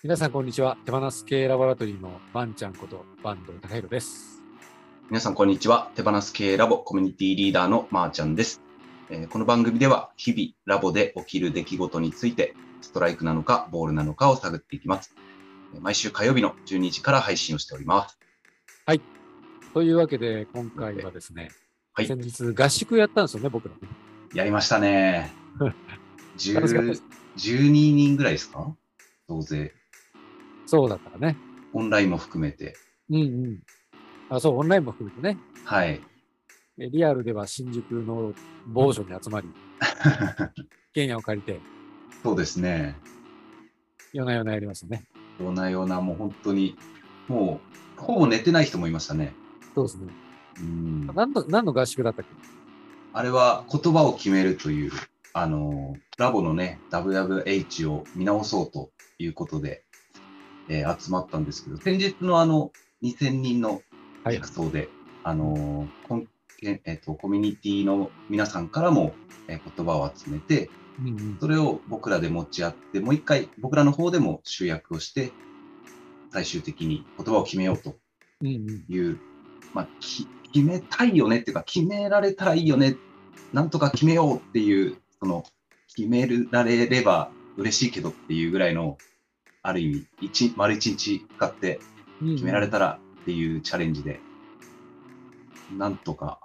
皆さん、こんにちは。手放す系ラボラトリーのバンちゃんこと坂東隆弘です。 皆さん、こんにちは。手放す系ラボコミュニティリーダーのまーちゃんです。この番組では、日々ラボで起きる出来事について、ストライクなのか、ボールなのかを探っていきます。毎週火曜日の12時から配信をしております。 はい。というわけで、今回はですね、先日合宿やったんですよね、僕らね。 やりましたね。 楽しかったです。 12人ぐらいですか？総勢。 そうだったね。 オンラインも含めて。 そう、オンラインも含めてね。 はい。 リアルでは新宿の某所に集まり、一軒家を借りて、 そうですね。 夜な夜なやりましたね。 夜な夜なもう本当に、もう、ほぼ寝てない人もいましたね。 そうですね。何の合宿だったっけ？ あれは言葉を決めるという、ラボのね、WWH を見直そうということで、集まったんですけど、先日の2000人の客層で、コミュニティの皆さんからも、言葉を集めて、それを僕らで持ち合って、もう一回僕らの方でも集約をして、最終的に言葉を決めようという、決めたいよねっていうか、決められたらいいよね、なんとか決めようっていう、決められれば嬉しいけどっていうぐらいの、ある意味、丸一日使って決められたらっていうチャレンジで、なんとか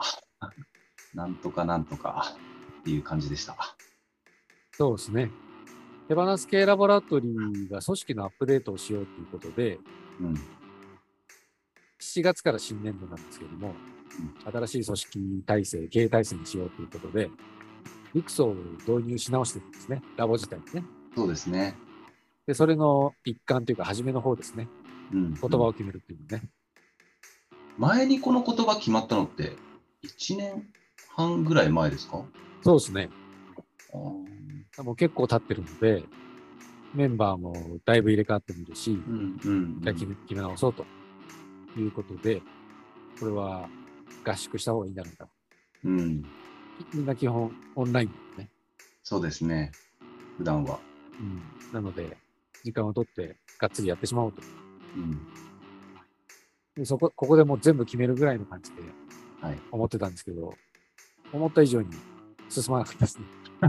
っていう感じでした。 そうですね。手放す系ラボラトリーが組織のアップデートをしようということで、7月から新年度なんですけども、新しい組織体制、経営体制にしようということで、リクソを導入し直してるんですね、ラボ自体にね。 そうですね。 で、それの一環というか、初めの方ですね。言葉を決めるっていうのね。 前にこの言葉決まったのって、1年半ぐらい前ですか？ そうですね。もう結構経ってるので、メンバーもだいぶ入れ替わってもいるし、決め直そうということで、これは合宿した方がいいんじゃないか。みんな基本オンラインだよね。 そうですね。普段は。 なので、時間を取ってがっつりやってしまおうと。でここでもう全部決めるぐらいの感じで思ってたんですけど、思った以上に進まなかったですね。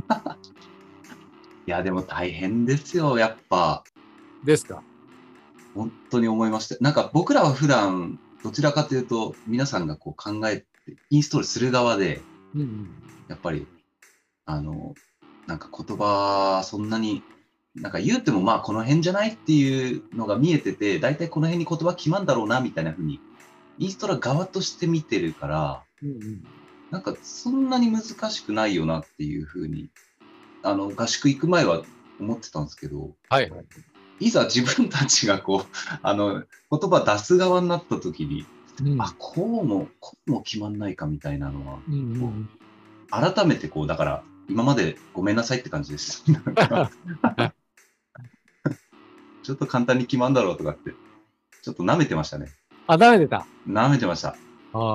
いや、でも大変ですよ、やっぱ。 ですか？ 本当に思いました。なんか僕らは普段、どちらかというと、皆さんがこう考えて、インストールする側で、やっぱり、なんか言葉、そんなに、なんか言うてもまあこの辺じゃないっていうのが見えてて、大体この辺に言葉決まんだろうな、みたいな風に、インストーラー側として見てるから、なんかそんなに難しくないよなっていう風に、合宿行く前は思ってたんですけど、いざ自分たちがこう、言葉出す側になった時に、こうも決まんないかみたいなのは、改めてこう、だから、今までごめんなさいって感じです。ちょっと簡単に決まんだろうとかって、ちょっと舐めてましたね。 舐めてた？ 舐めてました。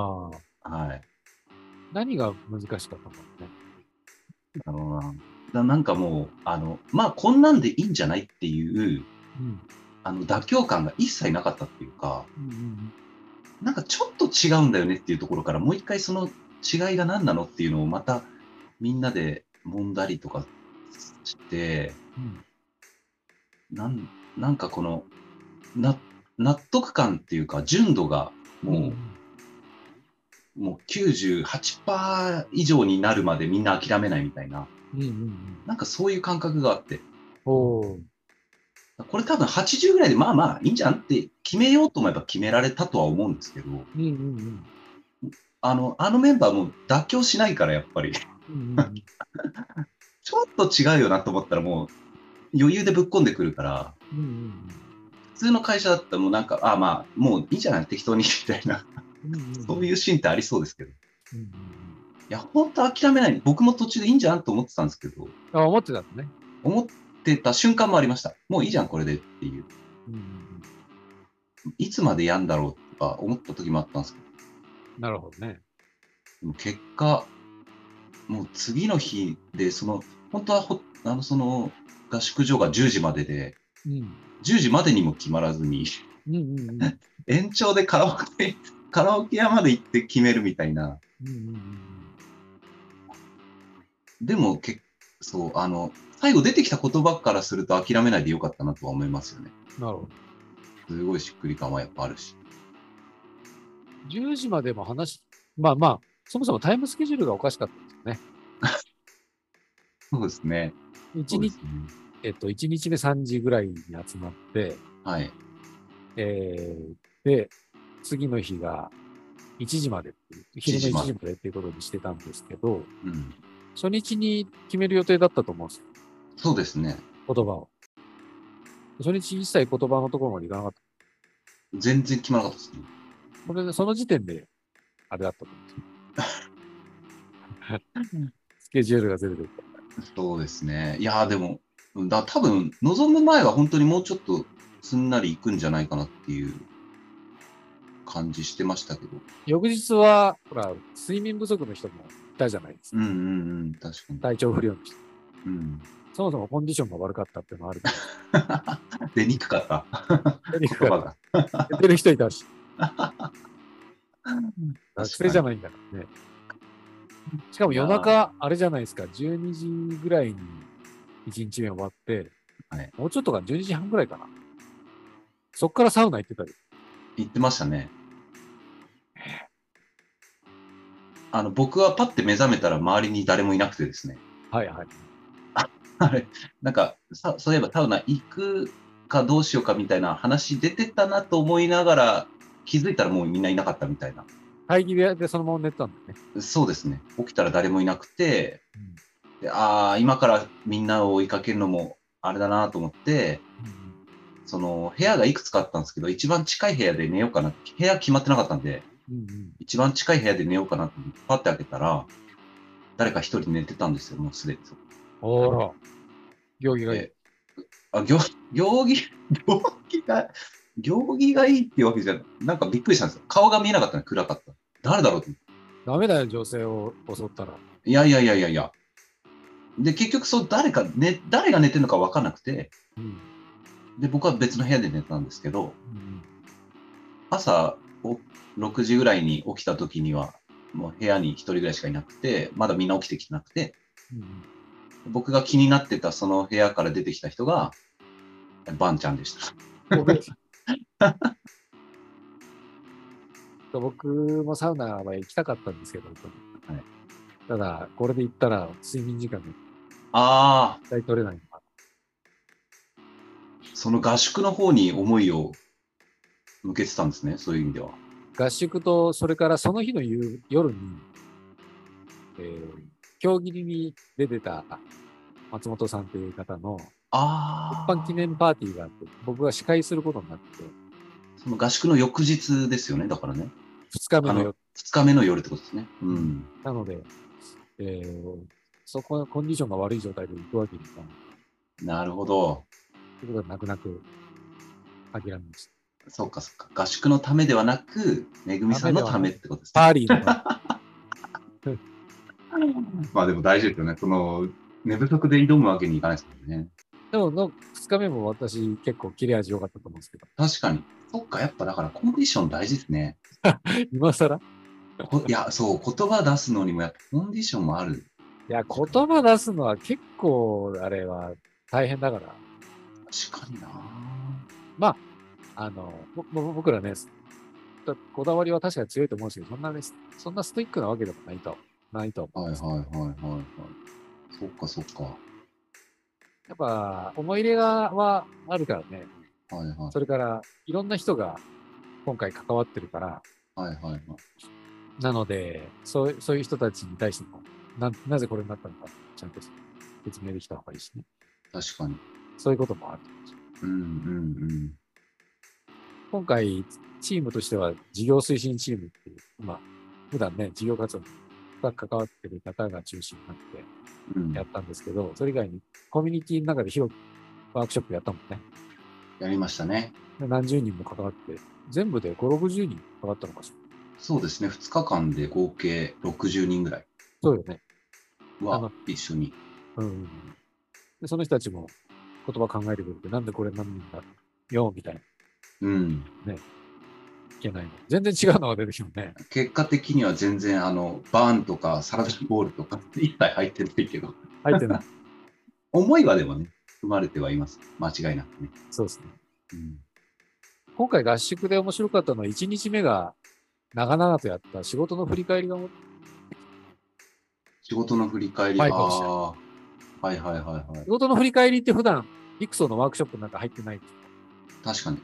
何が難しかったのね。 なんかもう、こんなんでいいんじゃないっていう、妥協感が一切なかったっていうか、なんかちょっと違うんだよねっていうところから、もう一回その違いが何なのっていうのをまたみんなで揉んだりとかして、なんかこの納得感っていうか、純度がもう 98% 以上になるまでみんな諦めないみたいな、なんかそういう感覚があって。これ多分80ぐらいでまあまあいいんじゃんって決めようと思えば決められたとは思うんですけど、あのメンバーも妥協しないからやっぱりちょっと違うよなと思ったらもう余裕でぶっ込んでくるから、普通の会社だったらもうなんか、まあもういいじゃない適当にみたいなそういうシーンってありそうですけど、いや本当諦めない。僕も途中でいいんじゃんと思ってたんですけど、 思ってたのね。 思ってた瞬間もありました。もういいじゃんこれでっていう、いつまでやんだろうとか思った時もあったんですけど、 なるほどね。 でも結果もう次の日で本当はその合宿所が10時までで、 うん、 10時までにも決まらずに、 うんうんうん、 延長でカラオケ屋まで行って決めるみたいな。 うんうんうん、 でもそう、最後出てきた言葉からすると諦めないでよかったなとは思いますよね。 なるほど。 すごいしっくり感はやっぱあるし。 10時までもまあまあ、そもそもタイムスケジュールがおかしかったんですよね。 そうですね。 1日、 そうですね。 1日目3時ぐらいに集まって、 はい。 で、次の日が1時までっていう、昼の1時までっていうことにしてたんですけど、 うん。 初日に決める予定だったと思うんですよ。 そうですね。 言葉を。初日一切言葉のところまでいかなかった。 全然決まらなかったですね。 これで、その時点で、あれだったと思うんですよ。スケジュールがずれてる。 そうですね。いやーでも、多分、望む前は本当にもうちょっとすんなりいくんじゃないかなっていう感じしてましたけど。 翌日は、ほら、睡眠不足の人もいたじゃないですか。 うんうんうん、確かに。 体調不良の人。 うん。 そもそもコンディションが悪かったっていうのはあるかもし出にくかった。 れない。出にくかった。 言葉が。 寝てる人いたし。学確かに。 生じゃないんだからね。しかもいやー、 夜中、あれじゃないですか、12時ぐらいに1日目終わって、 はい。 もうちょっとか、12時半ぐらいかな。そっからサウナ行ってたり。 言ってましたね。僕はパッて目覚めたら周りに誰もいなくてですね。 はいはい。 あれ、なんか、そういえばサウナ行くかどうしようかみたいな話出てたなと思いながら、気づいたらもうみんないなかったみたいな。 会議でそのまま寝てたんだよね。 そうですね。起きたら誰もいなくて、 うん。 で今からみんなを追いかけるのもあれだなと思って、 うんその部屋がいくつかあったんですけど、一番近い部屋で寝ようかな。部屋決まってなかったんで、 うん。 一番近い部屋で寝ようかなと思って、パッて開けたら、誰か一人寝てたんですよ、もうすでに。 おー、行儀がいい。 で、あ、行儀、行儀が、行儀がいいっていうわけじゃ、なんかびっくりしたんですよ。顔が見えなかったの、暗かった。誰だろうと思って。 ダメだよ、女性を襲ったら。 いやいやいやいやいや。で、結局誰が寝てるのか分かんなくて、 うん。 で、僕は別の部屋で寝てたんですけど、 うん。 朝6時ぐらいに起きた時には、もう部屋に一人ぐらいしかいなくて、まだみんな起きてきてなくて、 うん。 僕が気になってたその部屋から出てきた人が、バンちゃんでした。 僕、僕もサウナは行きたかったんですけど、 はい、 ただ、これで行ったら睡眠時間がああ、 絶対取れないのかその合宿の方に思いを向けてたんですね、そういう意味では。 な。合宿と、それからその日の夜に、競技に出てた松本さんという方の一般記念ああ、 パーティーがあって、僕が司会することになって、 その合宿の翌日ですよね、だからね。 2日目の夜。 2日目の夜ってことですね。ううん、 ん。 なので、そこはコンディションが悪い状態で行くわけにいかない。 なるほど。 ということは泣く泣く諦めましそっかそっか。合宿のためではなく、めぐみた。ダさんのためメではない。 ってことですね。 パーリーのため。 まあでも大事ですよね。その、寝不足で挑むわけにいかないですもんね。 でも2日目も私結構切れ味良かったと思うんですけど。 確かに。そっか、やっぱだからコンディション大事ですね。 今更いや、そう、言葉出すのにもやっぱコンディションもある。 いや、言葉出すのは結構、あれは大変だから。 確かにな。 まあ、僕らね、こだわりは確かに強いと思うんですけど、そんなストイックなわけでもないと思うんです。 はいはいはいはいはい。そっかそっか。 やっぱ、思い入れはあるからね。 はいはい。 それから、いろんな人が今回関わってるから、 はいはいはい。 なので、そういう人たちに対しても、なぜこれになったのか、ちゃんと説明できた方がいいしね。 確かに。 そういうこともあると思うんですよ。 うんうん今回、チームとしては事業推進チームっていう、普段ね、事業活動に深く関わってる方が中心になってうん。うん。 やったんですけど、それ以外にコミュニティの中で広くワークショップやったもんね。 やりましたね。 で何十人も関わって、全部で5、60人関わったのかしら。 そうですね。2日間で合計60人ぐらいそうよね。あはの、 一緒に。 うん。で、その人たちも言葉考えてくれて、なんでこれなんだよ、みたいな。 うん。 ね。いけないの。全然違うのが出てきますね。 結果的には全然、バーンとかサラダボールとか一切入ってないけど。 入ってない。 思いはでもね、含まれてはいます。間違いなくね。 そうですね。 うん、 今回合宿で面白かったのは、1日目が長々とやった仕事の振り返りが仕事の振り返り、 前かもしれない。 はいはいはいはい。 仕事の振り返りって普段、イクソのワークショップなんか入ってない。 確かに。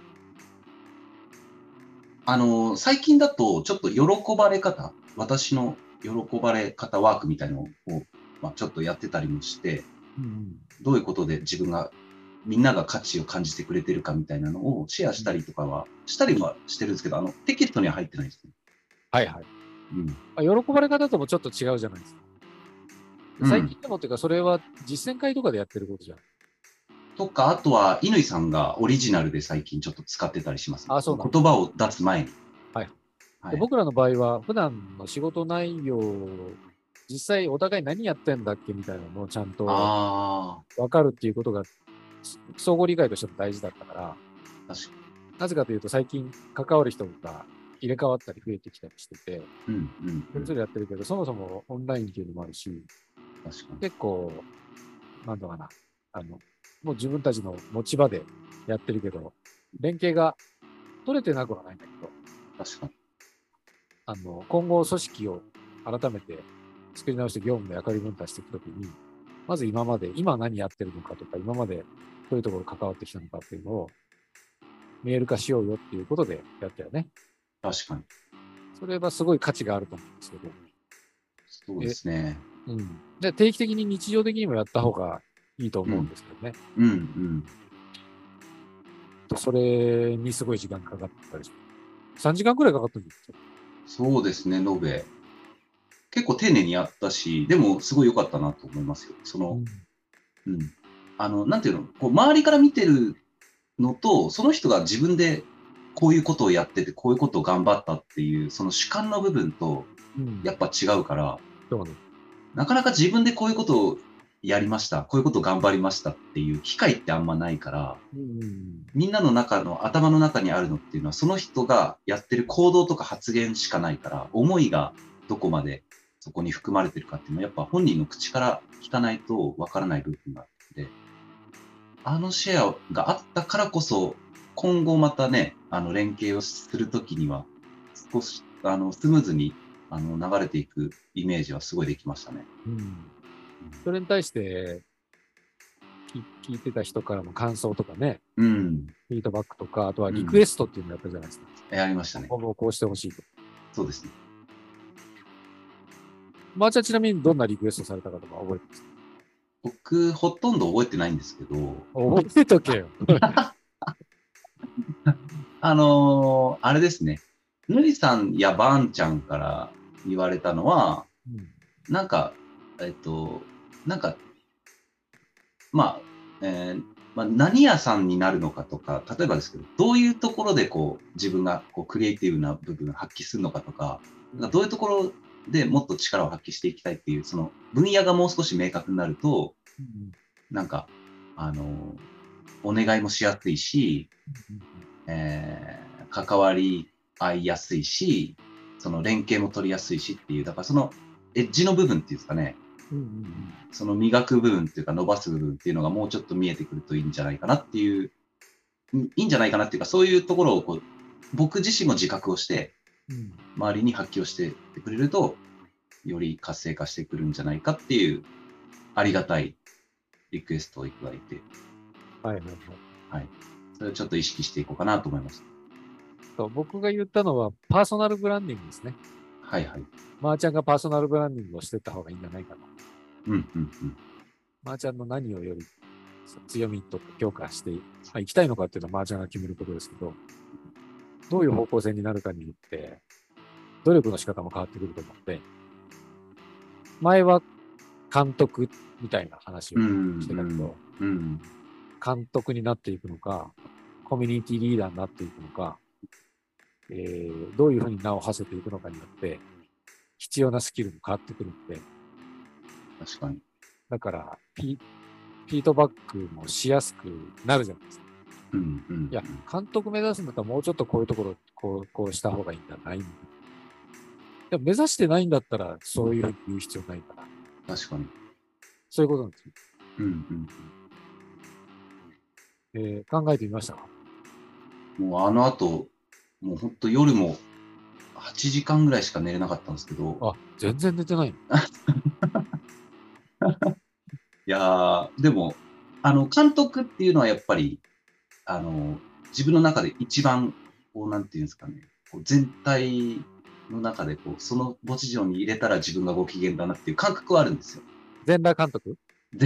最近だと、ちょっと喜ばれ方、私の喜ばれ方ワークみたいなのを、ちょっとやってたりもして、どういうことでみんなが価値を感じてくれてるかみたいなのをシェアしたりとかは、したりはしてるんですけど、テキストには入ってないですね。 はいはい。喜ばれ方ともちょっと違うじゃないですか。最近でもっていうか、それは実践会とかでやってることじゃん。 とか、あとは、乾さんがオリジナルで最近ちょっと使ってたりします、ね。 そうなん言葉を出す前に。 はい。で僕らの場合は、普段の仕事内容を、実際お互い何やってんだっけみたいなのをちゃんと分かるっていうことが、相互理解としても大事だったから、なぜかというと、最近関わる人が入れ替わったり増えてきたりしてて、それぞれやってるけど、そもそもオンラインっていうのもあるし、結構、なんだかな、もう自分たちの持ち場でやってるけど、連携が取れてなくはないんだけど、 確かに。 今後組織を改めて作り直して業務の役割分担していくときに、まず今何やってるのかとか、今までどういうところ関わってきたのかっていうのを見える化しようよっていうことでやったよね。 確かに。 それはすごい価値があると思うんですけど。 そうですね。 で、定期的に日常的にもやった方がいいと思うんですけどね。それにすごい時間かかったりします。3時間くらいかかったんですよ。 そうですね、延べ。結構丁寧にやったし、でもすごい良かったなと思いますよ。なんていうの、周りから見てるのと、その人が自分でこういうことをやってて、こういうことを頑張ったっていう、その主観の部分と、やっぱ違うから、なかなか自分でこういうことをやりました、こういうことを頑張りましたっていう機会ってあんまないから、みんなの頭の中にあるのっていうのは、その人がやってる行動とか発言しかないから、思いがどこまでそこに含まれてるかっていうのは、やっぱ本人の口から聞かないとわからない部分があって、シェアがあったからこそ、今後またね、連携をするときには、少し、スムーズに、流れていくイメージはすごいできましたね。 それに対して、聞いてた人からの感想とかね、 フィードバックとか、あとはリクエストっていうのをやったじゃないですか。 やりましたね。 今後こうしてほしいと。 そうですね。 ちゃんちなみにどんなリクエストされたかとか覚えてますか？ 僕、ほとんど覚えてないんですけど。 覚えとけよ。 あれですね。ぬりさんやばんちゃんから言われたのは、なんか、何屋さんになるのかとか、例えばですけど、どういうところで自分がクリエイティブな部分を発揮するのかとか、どういうところでもっと力を発揮していきたいっていう、その分野がもう少し明確になると、お願いもしやすいし、関わり合いやすいし、その連携も取りやすいしっていう、だからそのエッジの部分っていうんですかね、その磨く部分っていうか伸ばす部分っていうのがもうちょっと見えてくるといいんじゃないかなっていう、いいんじゃないかなっていうか、そういうところを僕自身も自覚をして、周りに発揮をしてくれると、より活性化してくるんじゃないかっていう、ありがたいリクエストをいただいて、それをちょっと意識していこうかなと思います。 僕が言ったのは、パーソナルブランディングですね。まーちゃんがパーソナルブランディングをしていった方がいいんじゃないかな。まーちゃんの何をより強みと強化していきたいのかっていうのはまーちゃんが決めることですけど、どういう方向性になるかによって、努力の仕方も変わってくると思うので、前は監督みたいな話をしてたけど、監督になっていくのか、コミュニティリーダーになっていくのか、どういうふうに名を馳せていくのかによって、必要なスキルも変わってくるので、 確かに。 だから、 フィードバックもしやすくなるじゃないですか。 うんうん、 いや、監督目指すんだったらもうちょっとこういうところ、こうした方がいいんだないんだ。でも目指してないんだったら、そういうふうに言う必要ないから。 確かに。 そういうことなんですよ。 うん考えてみましたか？ もうあの後、もう本当夜も8時間ぐらいしか寝れなかったんですけど。 あ、全然寝てないの。 いやー、でも、監督っていうのはやっぱり、自分の中で一番、こう、なんていうんですかね、こう全体の中で、こう、その母子に入れたら自分がご機嫌だなっていう感覚はあるんですよ。 全裸監督で、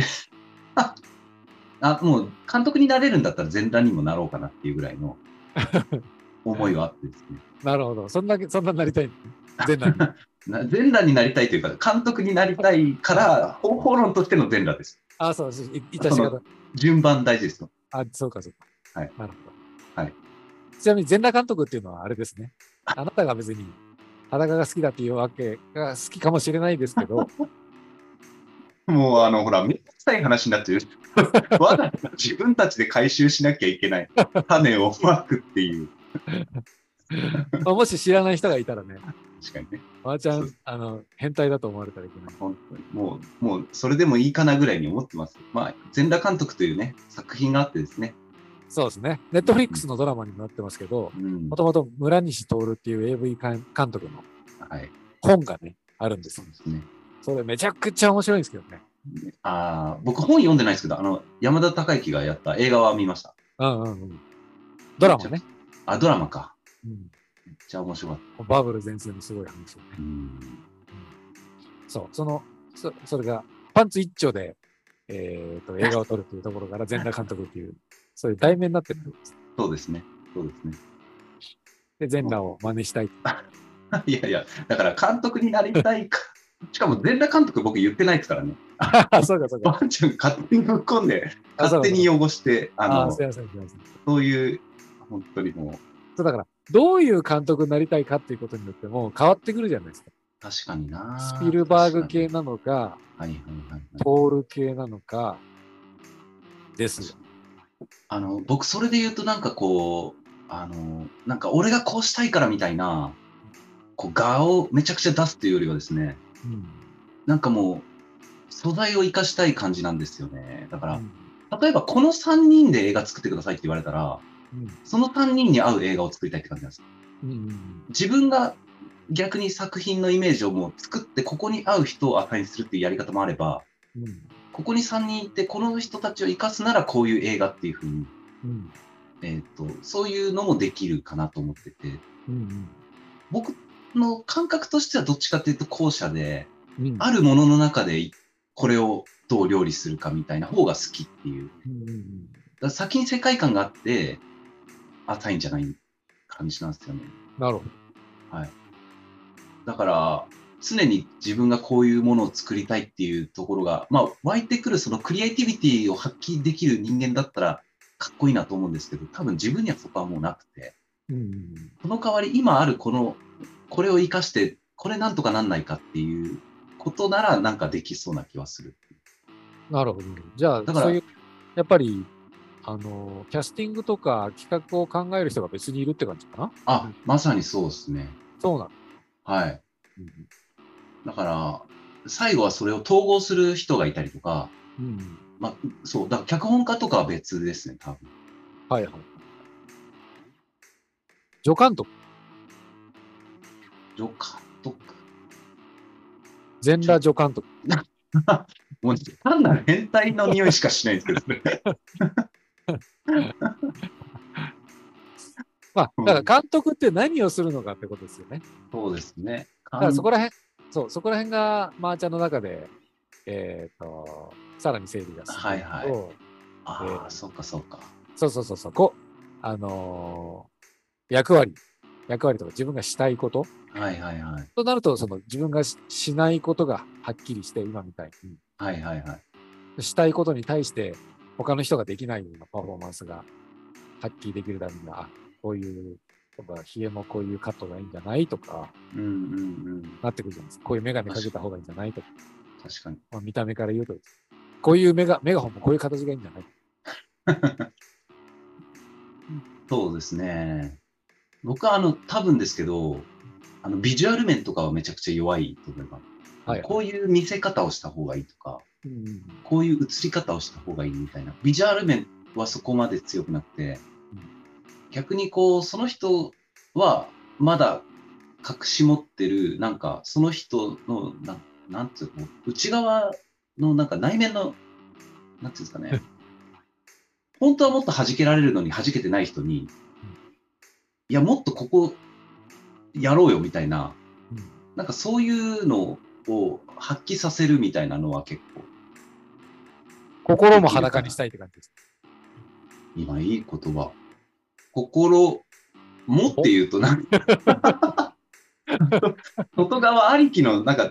もう、監督になれるんだったら全裸にもなろうかなっていうぐらいの思いはあってですね。 なるほど。そんななりたいの、ね、全裸に。全裸になりたいというか、監督になりたいから、方法論としての全裸です。 あ、そう、いたし方。 順番大事ですと。 あ、そうか、そうか。 はい。 なるほど。はい。 ちなみに全裸監督っていうのはあれですね。あなたが別に裸が好きだっていうわけが好きかもしれないですけど。 もうほら、めんどくさい話になってる。わざわざ自分たちで回収しなきゃいけない種をまくっていう。 もし知らない人がいたらね。 確かにね。 まーちゃん、変態だと思われたらいけない。 本当に。もう、それでもいいかなぐらいに思ってます。まあ、全裸監督というね、作品があってですね。 そうですね。ネットフリックスのドラマにもなってますけど、もともと村西徹っていう AV 監督の本がね、あるんですよ。 そうですね。 それめちゃくちゃ面白いんですけどね。 僕本読んでないですけど、山田孝之がやった映画は見ました。 ドラマね。 ドラマか。 うん、 めっちゃ面白かった。 バブル全盛のすごい話をね。そう、それがパンツ一丁で、映画を撮るというところから全裸監督っていう、そういう題名になってるんです。 そうですね。そうですね。 で、全裸を真似したい。 いやいや、だから監督になりたいか。しかも全裸監督僕言ってないですからね。 そうかそうか。 ワンちゃん勝手にぶっ込んで、勝手に汚して、そういう、本当にもう。 そうだから、どういう監督になりたいかっていうことによっても変わってくるじゃないですか。 確かにな。 スピルバーグ系なのか、ポール系なのか、ですよ。 僕それで言うとなんかこう、なんか俺がこうしたいからみたいな、こう画をめちゃくちゃ出すというよりはですね、なんかもう素材を生かしたい感じなんですよね。だから、例えばこの3人で映画作ってくださいって言われたら、その3人に合う映画を作りたいって感じなんです。自分が逆に作品のイメージをもう作ってここに合う人をアサインするっていうやり方もあれば、ここに3人いてこの人たちを生かすならこういう映画っていうふうに、そういうのもできるかなと思ってて、僕の感覚としてはどっちかというと後者で、あるものの中でこれをどう料理するかみたいな方が好きっていう。だ先に世界観があって浅いんじゃない感じなんですよね。 なるほど。はい。だから常に自分がこういうものを作りたいっていうところが、まあ、湧いてくるそのクリエイティビティを発揮できる人間だったらかっこいいなと思うんですけど、多分自分にはそこはもうなくて、その代わり今あるこれを生かしてこれなんとかなんないかっていうことならなんかできそうな気はする。 なるほど。じゃあ、だからそういうやっぱりキャスティングとか企画を考える人が別にいるって感じかな。 まさにそうですね。 そうなの。 はい。だから最後はそれを統合する人がいたりとか、まあ、そうだから脚本家とかは別ですね、多分。 はいはい。助監督。 助監督。 全裸助監督。 もう単なる変態の匂いしかしないんですけど、それ。 まあ、だから監督って何をするのかってことですよね。 そうですね。 だからそこら辺が、まーちゃんの中で、さらに整理が進んでいくと、 そうかそうか。 役割とか自分がしたいこと。となると、自分がしないことがはっきりして、今みたいに。したいことに対して、他の人ができないようなパフォーマンスが発揮できるためには、こういう、ひげもこういうカットがいいんじゃないとか、なってくるじゃないですか。こういうメガネかけた方がいいんじゃないとか。 確かに。 見た目から言うと、 こういうメガホンもこういう形がいいんじゃないそうですね。僕は多分ですけど、ビジュアル面とかはめちゃくちゃ弱いと思います。はいはい、こういう見せ方をした方がいいとか、こういう映り方をした方がいいみたいな。ビジュアル面はそこまで強くなくて、逆にこう、その人はまだ隠し持ってる、なんかその人の、なんつうの、内側のなんか内面の、なんていうんですかね、本当はもっと弾けられるのに弾けてない人に、いや、もっとここやろうよみたいな、なんかそういうのを発揮させるみたいなのは結構。 心も裸にしたいって感じです。 今いい言葉。心もっていうとなんか外側ありきのなんか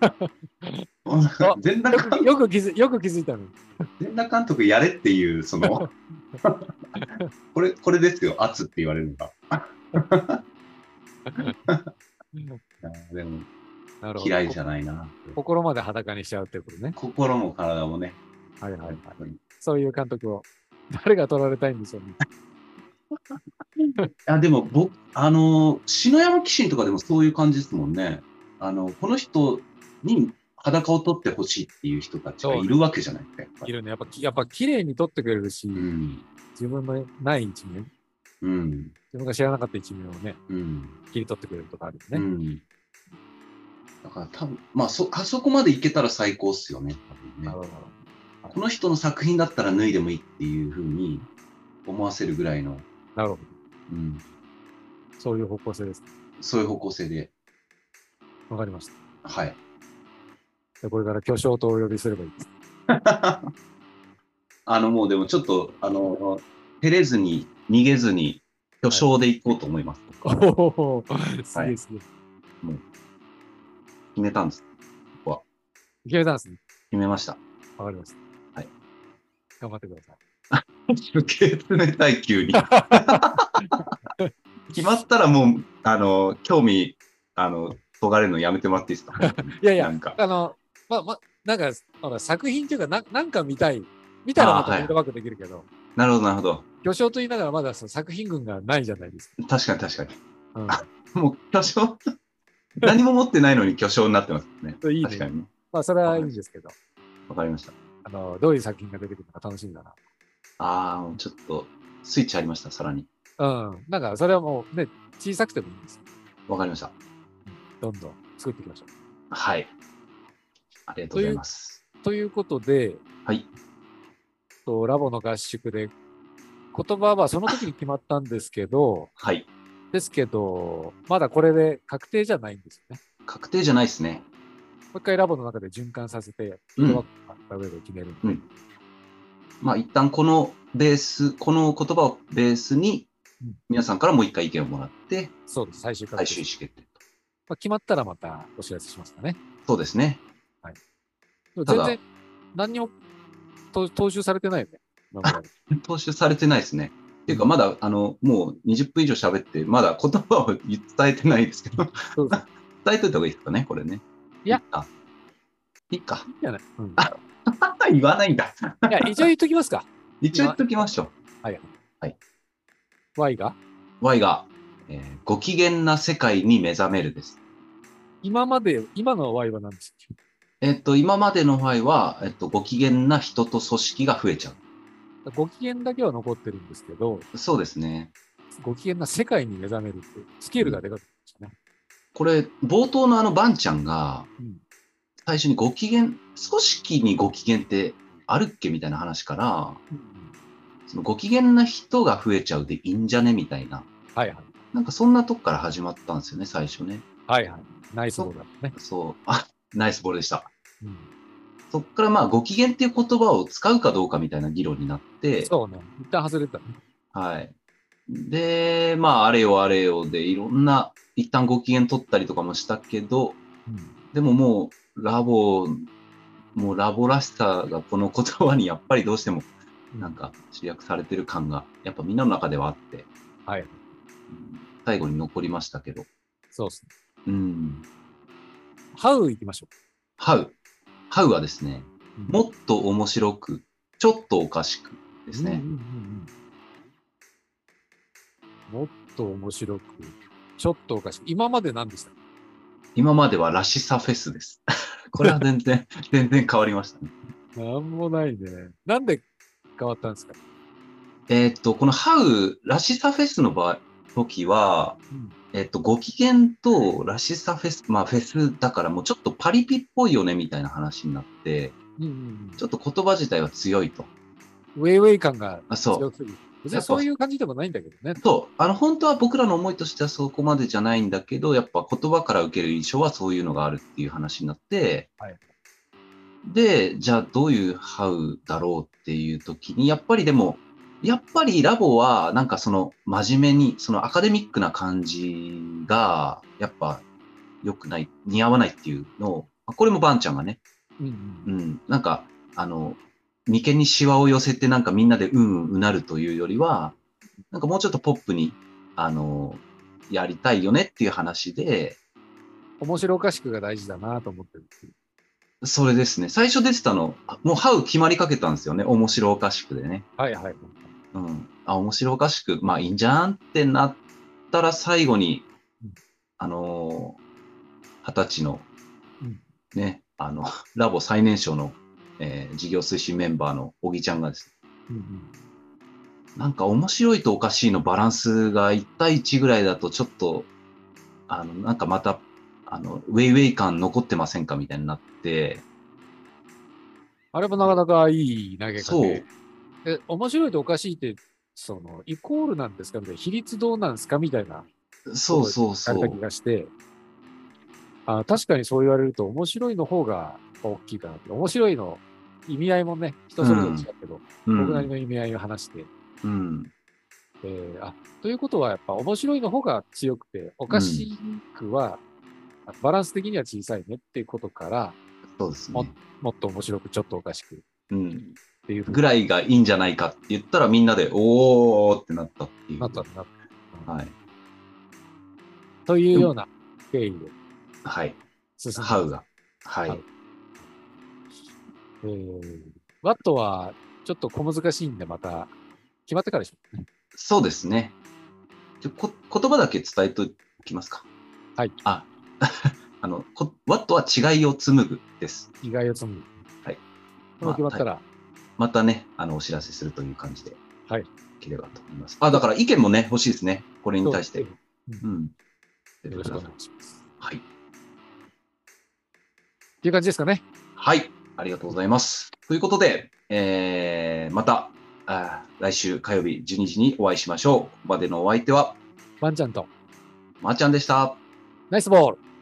全裸監督よく気づいたの。 全裸監督やれっていうそのこれですよ圧って言われるのが。でも嫌いじゃないな。 心まで裸にしちゃうってことね。 心も体もね。 はいはいはい。そういう監督を誰が取られたいんでしょうね。 でも僕篠山紀信とかでもそういう感じですもんね。この人に裸を取ってほしいっていう人たちがいるわけじゃないですか。 いるね。やっぱ綺麗に取ってくれるし、自分のない一面、自分が知らなかった一面をね、切り取ってくれるとかあるよね。 だから多分、まあそこまでいけたら最高っすよね。多分ね。この人の作品だったら脱いでもいいっていうふうに思わせるぐらいの。 なるほど。そういう方向性ですね。 そういう方向性で。 わかりました。 はい。 これから巨匠とお呼びすればいいです。 もうでもちょっと、照れずに、逃げずに、巨匠でいこうと思います。 おー、すげえすげえ。 もう、決めたんです。ここは。 決めたんですね。 決めました。 わかりました。はい。頑張ってください。 すげえ冷たい、急に。決まったらもう、興味、そがれるのやめてもらっていいですかいやいや、なんか、なんか、作品っていうかなんか見たらまたフィードバックできるけど。 なるほど、なるほど。 巨匠と言いながらまだその作品群がないじゃないですか。 確かに確かに。もう巨匠、何も持ってないのに巨匠になってますね。 いいね。 確かにね。 まあ、それはいいんですけど。 わかりました。 どういう作品が出てくるのか楽しみだな。 ちょっと、スイッチありました、さらに。 なんか、それはもうね、小さくてもいいんです。 わかりました。 どんどん作っていきましょう。 はい。ありがとうございます。 ということで、 はい。 ラボの合宿で、言葉はその時に決まったんですけど、 はい。 ですけど、まだこれで確定じゃないんですよね。 確定じゃないですね。 もう一回ラボの中で循環させて、言葉を上で決めるんで。 まあ、一旦この言葉をベースに、皆さんからもう一回意見をもらって、 そうです、最終意思決定と。 決まったらまたお知らせしますかね。 そうですね。 はい。全然、何にも踏襲されてないよね。 踏襲されてないですね。っていうか、まだ、もう20分以上喋って、まだ言葉を伝えてないですけど、伝えといた方がいいですかね、これね。 いや、 いいか。 いいんじゃない？ 言わないんだ。 いや、一応言っときますか。 一応言っときましょう。 はい。 はい。 Y が ?Y が、ご機嫌な世界に目覚めるです。 今の Y は何ですか？今までの Y は、ご機嫌な人と組織が増えちゃう。 ご機嫌だけは残ってるんですけど、 そうですね。 ご機嫌な世界に目覚めるってスケールがでかくなりましたね。 これ、冒頭のバンちゃんが、最初に組織にご機嫌ってあるっけみたいな話から、そのご機嫌な人が増えちゃうでいいんじゃねみたいな。 はいはい。 なんかそんなとこから始まったんですよね、最初ね。 はいはい。ナイスボールだね。 そう。ナイスボールでした。そっからまあ、ご機嫌っていう言葉を使うかどうかみたいな議論になって。 そうね。一旦外れたね。 はい。で、まあ、あれよあれよで、いろんな、一旦ご機嫌取ったりとかもしたけど、でももう、ラボらしさがこの言葉にやっぱりどうしても、なんか集約されてる感が、やっぱみんなの中ではあって、 はい。 最後に残りましたけど。 そうですね。ハウ行きましょう。 ハウはですね、 もっと面白く、ちょっとおかしくですね。 もっと面白く、ちょっとおかしく。今まで何でした？ 今まではらしさフェスです。これは全然変わりましたね。 なんもないね。なんで変わったんですか？ このハウ、らしさフェスの時は、ご機嫌とらしさフェス、まあフェスだからもうちょっとパリピっぽいよねみたいな話になって、ちょっと言葉自体は強いと。 ウェイウェイ感がそう。 強すぎる。別にそういう感じでもないんだけどね。 そう。本当は僕らの思いとしてはそこまでじゃないんだけど、やっぱ言葉から受ける印象はそういうのがあるっていう話になって、 はい、 で、じゃあどういうハウだろうっていう時に、やっぱりラボはなんかその真面目に、そのアカデミックな感じが、やっぱ良くない、似合わないっていうのを、これもバンちゃんがね、なんか、眉間にシワを寄せてなんかみんなでうなるというよりは、なんかもうちょっとポップに、やりたいよねっていう話で。 面白おかしくが大事だなと思ってる。 それですね。最初出てたの、もうハウ決まりかけたんですよね。面白おかしくでね。 はいはい。 面白おかしく、まあいいんじゃんってなったら最後に、20歳の、ね、ラボ最年少の、事業推進メンバーの小木ちゃんがですね、なんか面白いとおかしいのバランスが1対1ぐらいだとちょっと、なんかまた、ウェイウェイ感残ってませんかみたいになって、 あれもなかなかいい投げかけ。 そう。 面白いとおかしいって、イコールなんですかみたいな、比率どうなんですかみたいな。 そうそうそう。 やった気がして、確かにそう言われると、面白いの方が大きいかなって。面白いの意味合いもね、人それぞれ違うけど、僕なりの意味合いを話して、ということは、やっぱ面白いの方が強くて、おかしくは、バランス的には小さいねっていうことから、 そうですね。 もっと面白く、ちょっとおかしく。 っていうぐらいがいいんじゃないかって言ったらみんなでおーってなったっていう。 はい。 というような経緯で。 はい。ハウが。はい。 ワットはちょっと小難しいんで、また決まってからでしょうね。 そうですね。言葉だけ伝えておきますか。 はい。 ワットは違いを紡ぐです。 違いを紡ぐ。 はい。 これ決まったら。 またね、お知らせするという感じで。 はい。 いければと思います。だから意見もね、欲しいですね。これに対して。 よろしくお願いします。 はい。 っていう感じですかね。 はい。ありがとうございます。ということで、また、来週火曜日12時にお会いしましょう。ここまでのお相手は、 ワンちゃんと、 まーちゃんでした。 ナイスボール。